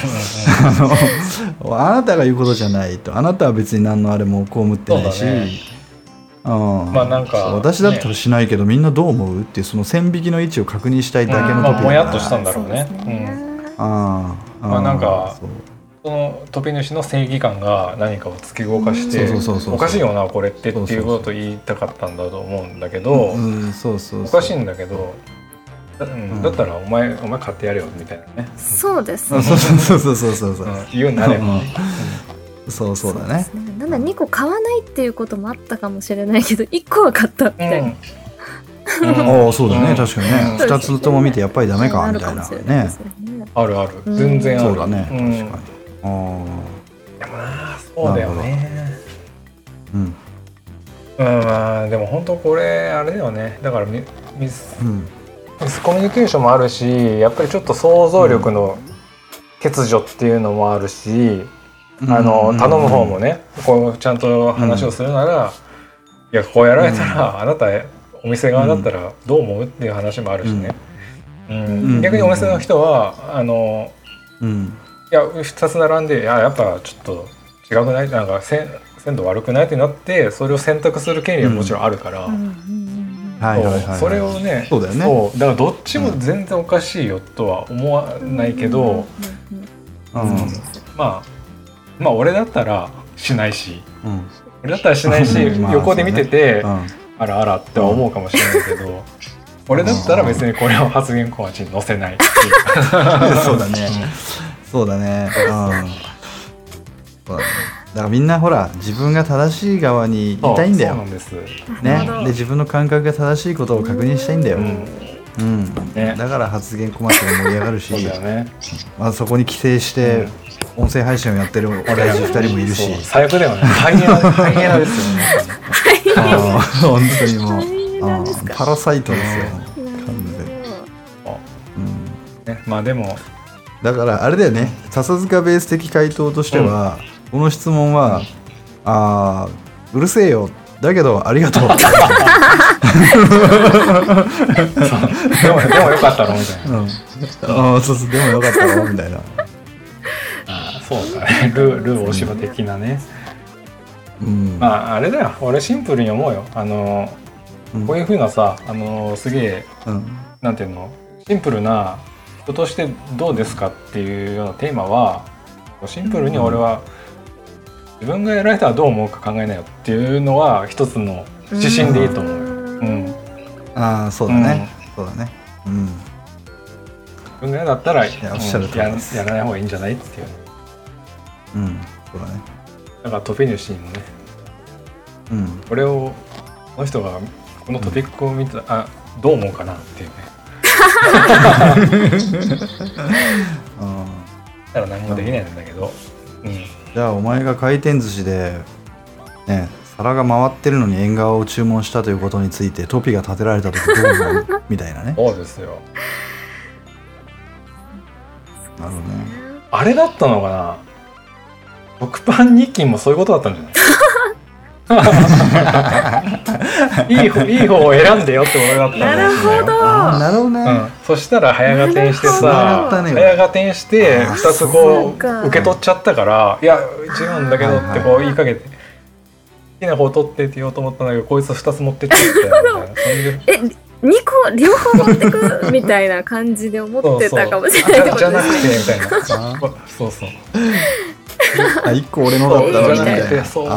B: あのあなたが言うことじゃないとあなたは別に何のあれも被ってないし、ねあ
A: まあなんか、
B: ね、私だったらしないけど、みんなどう思うっていうその線引きの位置を確認したいだけのトピックだから、
A: まあ、もやっとしたんだろうね。
B: うん、ああ
A: まあなんかその飛び主の正義感が何かを突き動かして、おかしいよなこれってっていうことを言いたかったんだと思うんだけど、おかしいんだけど、うん、だったらお前お前買ってやれよみたいなね。
C: そうですね。
B: そうそうそうそうそうそう。
A: 言うなれば。
B: そうそうだね。
C: なんだにこ買わないっていうこともあったかもしれないけど、いっこは買ったみたいな。
B: ああそうだね、確かにね。ふたつとも見てやっぱりダメかみたいなね。
A: あるある、全然ある。
B: そうだね。確かに。あ
A: あ。でもな、そうだよね。うん。うん、まあでも本当これあれだよね。だからミスミスコミュニケーションもあるし、やっぱりちょっと想像力の欠如っていうのもあるし。あの頼む方もね、こうちゃんと話をするなら、いやこうやられたら、あなたお店側だったらどう思うっていう話もあるしね、うん逆にお店の人はあの、いやふたつ並んで、いややっぱちょっと違くない、なんか鮮度悪くないってなって、それを選択する権利はもちろんあるから、それをね、そうだよね、そうだからどっちも全然おかしいよとは思わないけど、まあまあ俺だったらしないし、うん、俺だったらしないし、まあ、横で見てて、ね、うん、あらあらって思うかもしれないけど、うん、俺だったら別にこれを発言コアチに載せないっていう
B: そうだね、うん、そうだね、うん、そうだね。だからみんなほら自分が正しい側にいたいんだよ。そうなんです、ね、で自分の感覚が正しいことを確認したいんだよ、うんうんね、だから発言コマーシャル盛り上がるし、 そうだよね、まあ、そこに寄生して音声配信をやってる親父ふたりもいるし、
A: 最悪だよね。ハイエナ、ハイエナですよね。
B: 本当にもうパラサイトですよ、完全に、
A: うんね、まあでも
B: だからあれだよね、笹塚ベース的回答としては、うん、この質問は、うん、あうるせえよだけどありがとうでも
A: でもよかったろみたいな、うん、
B: あそうそうでもよかったろみたいな
A: あそうだね、ルー大柴的なね、うん、まああれだよ、俺シンプルに思うよ、あの、うん、こういう風なさ、あのすげえ、うん、なんていうの、シンプルな人としてどうですかっていうようなテーマはシンプルに俺は、うん、自分がやられたらどう思うか考えなよっていうのは一つの指針でいいと思うよ、うん、
B: ああそうだね、うん、そうだね、うん、
A: 自分が嫌だったら や,
B: おっしゃる通りです、
A: やらない方がいいんじゃないっていう、
B: うん、そうだね。
A: だからトピ主にもね、うん、これをこの人がこのトピックを見たら、うん、あどう思うかなっていうねだから何もできないんだけど、うん、
B: じゃあお前が回転寿司でね皿が回ってるのに縁側を注文したということについてトピが立てられた時どう思うみたいなね。
A: そうですよ。
B: なるほどね。
A: あれだったのかな、食パン日勤もそういうことだったんじゃないいい方、いい方を選んでよって俺だったんだよ。
C: なるほど。
B: なるほどね、うん。
A: そしたら早合点してさ、早合点してふたつこう受け取っちゃったから、いや違うんだけどってこう言いかけて、好きな方取ってって言おうと思ったんだけど、こいつふたつ持ってっちゃった
C: え、にこ両方持ってくみたいな感じで思ってたかもしれない。
A: じゃなくてみたいな。そうそう。
B: あ、いっこ俺のだったのみたいな。
A: そう。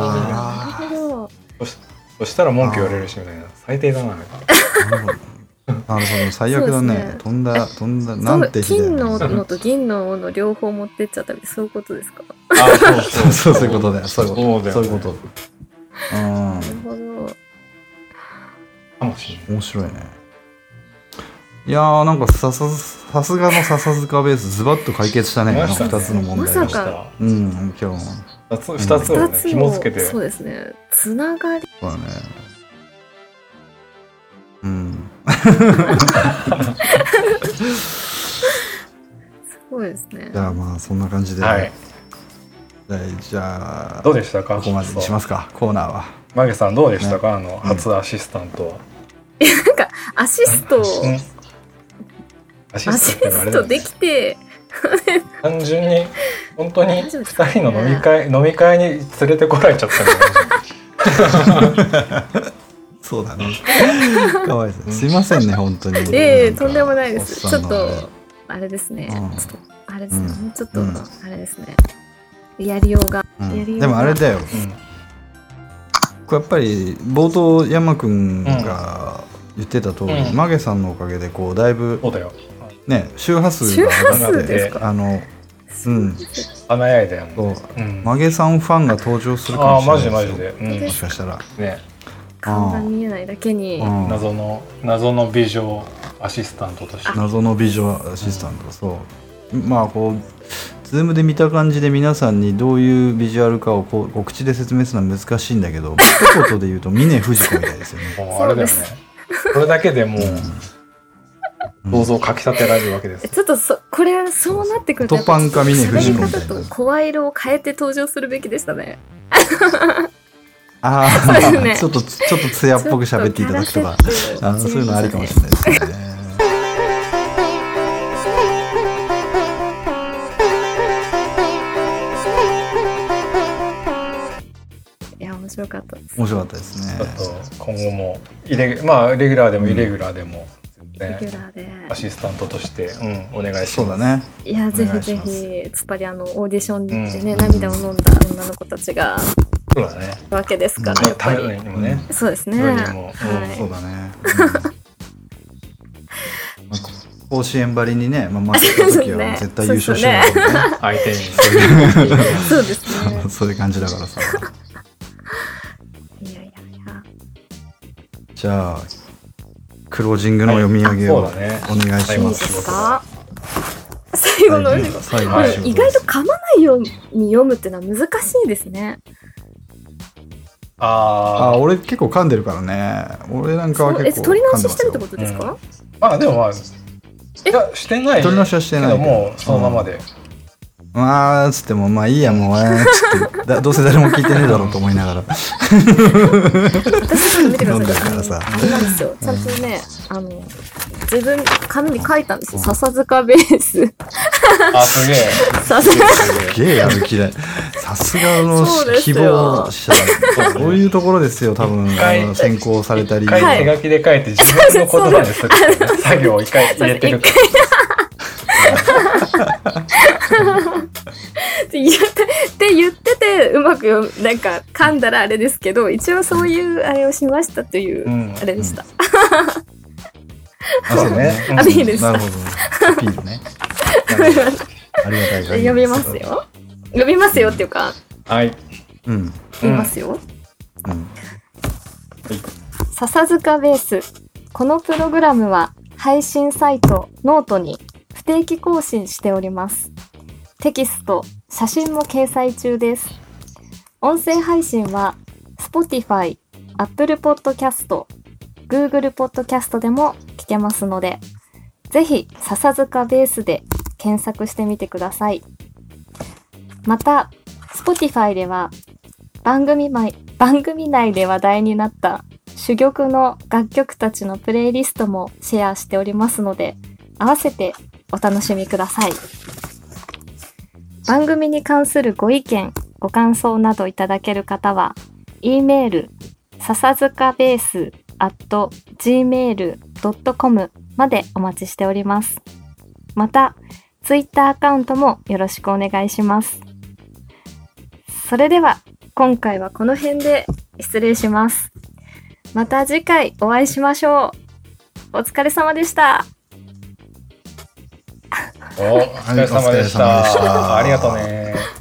A: そしたら文句言われるしみたいな、最低だなみたいな。
B: なるほど、最悪だね。飛んだ飛んだなんて
C: 金ののと銀のの両方持ってっちゃったみたいな、そういうことですか。
B: あ、そうそうそうそういうことだよ。そういうことそういうこと。
C: なるほど。
A: かもしれない。
B: 面白いね。いやーなんかさささすがの笹塚ベースズバッと解決したね。ふたつの問題
C: まさか。
B: うん今日
A: ふたつふたつをね紐付けて。
C: そうですね。つながり。
B: そうだね。うん。
C: すごいですね。
B: じゃあまあそんな感じで。はい。じゃあ
A: どうでしたか。
B: ここまでにしますかコーナーは。
A: マゲさんどうでしたか、ね、あの初アシスタントは。
C: いやなんかアシスト。
A: ア
C: シストできて
A: 単純に本当にふたりの飲み会飲み会に連れてこられちゃったんじゃない
B: そうだね。かわいそう。すいませんね本当に。
C: ええとんでもないです。ちょっとあれですね。うん、ちょっとあれですね。うん、ちょっと、うん、あれですね。やりようが、うん、やりようが。
B: でもあれだよ。うん、これやっぱり冒頭山くんが言ってた通り、うん、マゲさんのおかげでこうだいぶね周波数が上がってあの。うん、
A: 華やいだよね。
B: そう、うん、マゲさんファンが登場するかもしれないですよ。あ、マジマジで、うん、もしかしたらね、
C: 顔が見えないだけに、
A: うん、謎の謎の美女アシスタントとして
B: 謎の美女アシスタント、うん、そう、まあこうズームで見た感じで皆さんにどういうビジュアルかをこうこう口で説明するのは難しいんだけど、一言で言うと峰不二子みたいですよね。
A: もうあれだよね。これだけでもう。想像をかきたてられるわけです。
C: ちょっとそこれはそうなってくると
B: トパンか峰不二子みたいな
C: 声色を変えて登場するべきでしたね。
B: ああ、ね、ちょっとちょっと艶っぽく喋っていただくとか、あそういうのありかもしれないですね。
C: いや面白かったです。
B: 面白かったですね。
A: ちょっと今後もイレまあレギュラーでもイレギュラーでも。うんね、レギュラーでアシスタントとして、うん、お願いします。
B: そうだね。
C: いやぜひぜひつっぱりあのオーディションでね、うん、涙を飲んだ女の子たちが
A: そうだね
C: わけですから、やっぱり、
A: うん、ね、
C: そうですね。はい、
B: そうだね。うん、甲子園ばりにね、まあ、負けた時は絶対優勝しようとね、
A: 相手に
C: そうですね。
B: そういう感じだからさ。
C: いやいやいや。
B: じゃあ。クロージングの読み上げをお願いします。
C: いいですか？最後のお仕事。はい、意外と噛まないように読むっていうのは難しいですね。
A: あ
B: あ、俺結構噛んでるからね。俺なんかは結構
C: 取り直ししてるってことですか？
A: うん、まあでもまあいやしてない。
B: 取り直しはしてないけど
A: もうそのままで。うん
B: まあつってもまあいいやもうえつってだどうせ誰も聞いてねえだろうと思いながら
C: 私ちょっと見てください。あのあれなんですよ。ちゃんとねあの自分紙に書いたんですよ。笹塚ベース。
A: あすげえ。
C: さすが
B: すげえやる気だ。さすがの希望者そういうところですよ多分あの選考されたり。
A: 一回手書きで書いて自分の言葉でする作業を一回入れてるから。って言って言っててうまくなんか噛んだらあれですけど一応そういうあれをしましたという、うん、あれでした。
B: あそうね。
C: アピールでした。
B: なるほど。アピールね。ありがたい感じ。
C: 読みますよ。読みますよっていうか。
A: はい。
B: うん。
C: 言いますよ。
B: うん。
C: 笹塚ベース。このプログラムは配信サイトノートに不定期更新しております。テキスト、写真も掲載中です。音声配信は Spotify、Apple Podcast、Google Podcast でも聞けますので、ぜひ笹塚ベースで検索してみてください。また、Spotify では番組内、番組内で話題になった珠玉の楽曲たちのプレイリストもシェアしておりますので、合わせてお楽しみください。番組に関するご意見、ご感想などいただける方は、E メール、笹塚ベース アットジーメールドットコム までお待ちしております。また、Twitter アカウントもよろしくお願いします。それでは、今回はこの辺で失礼します。また次回お会いしましょう。お疲れ様でした。
A: お疲れ様でした。ありがとうね。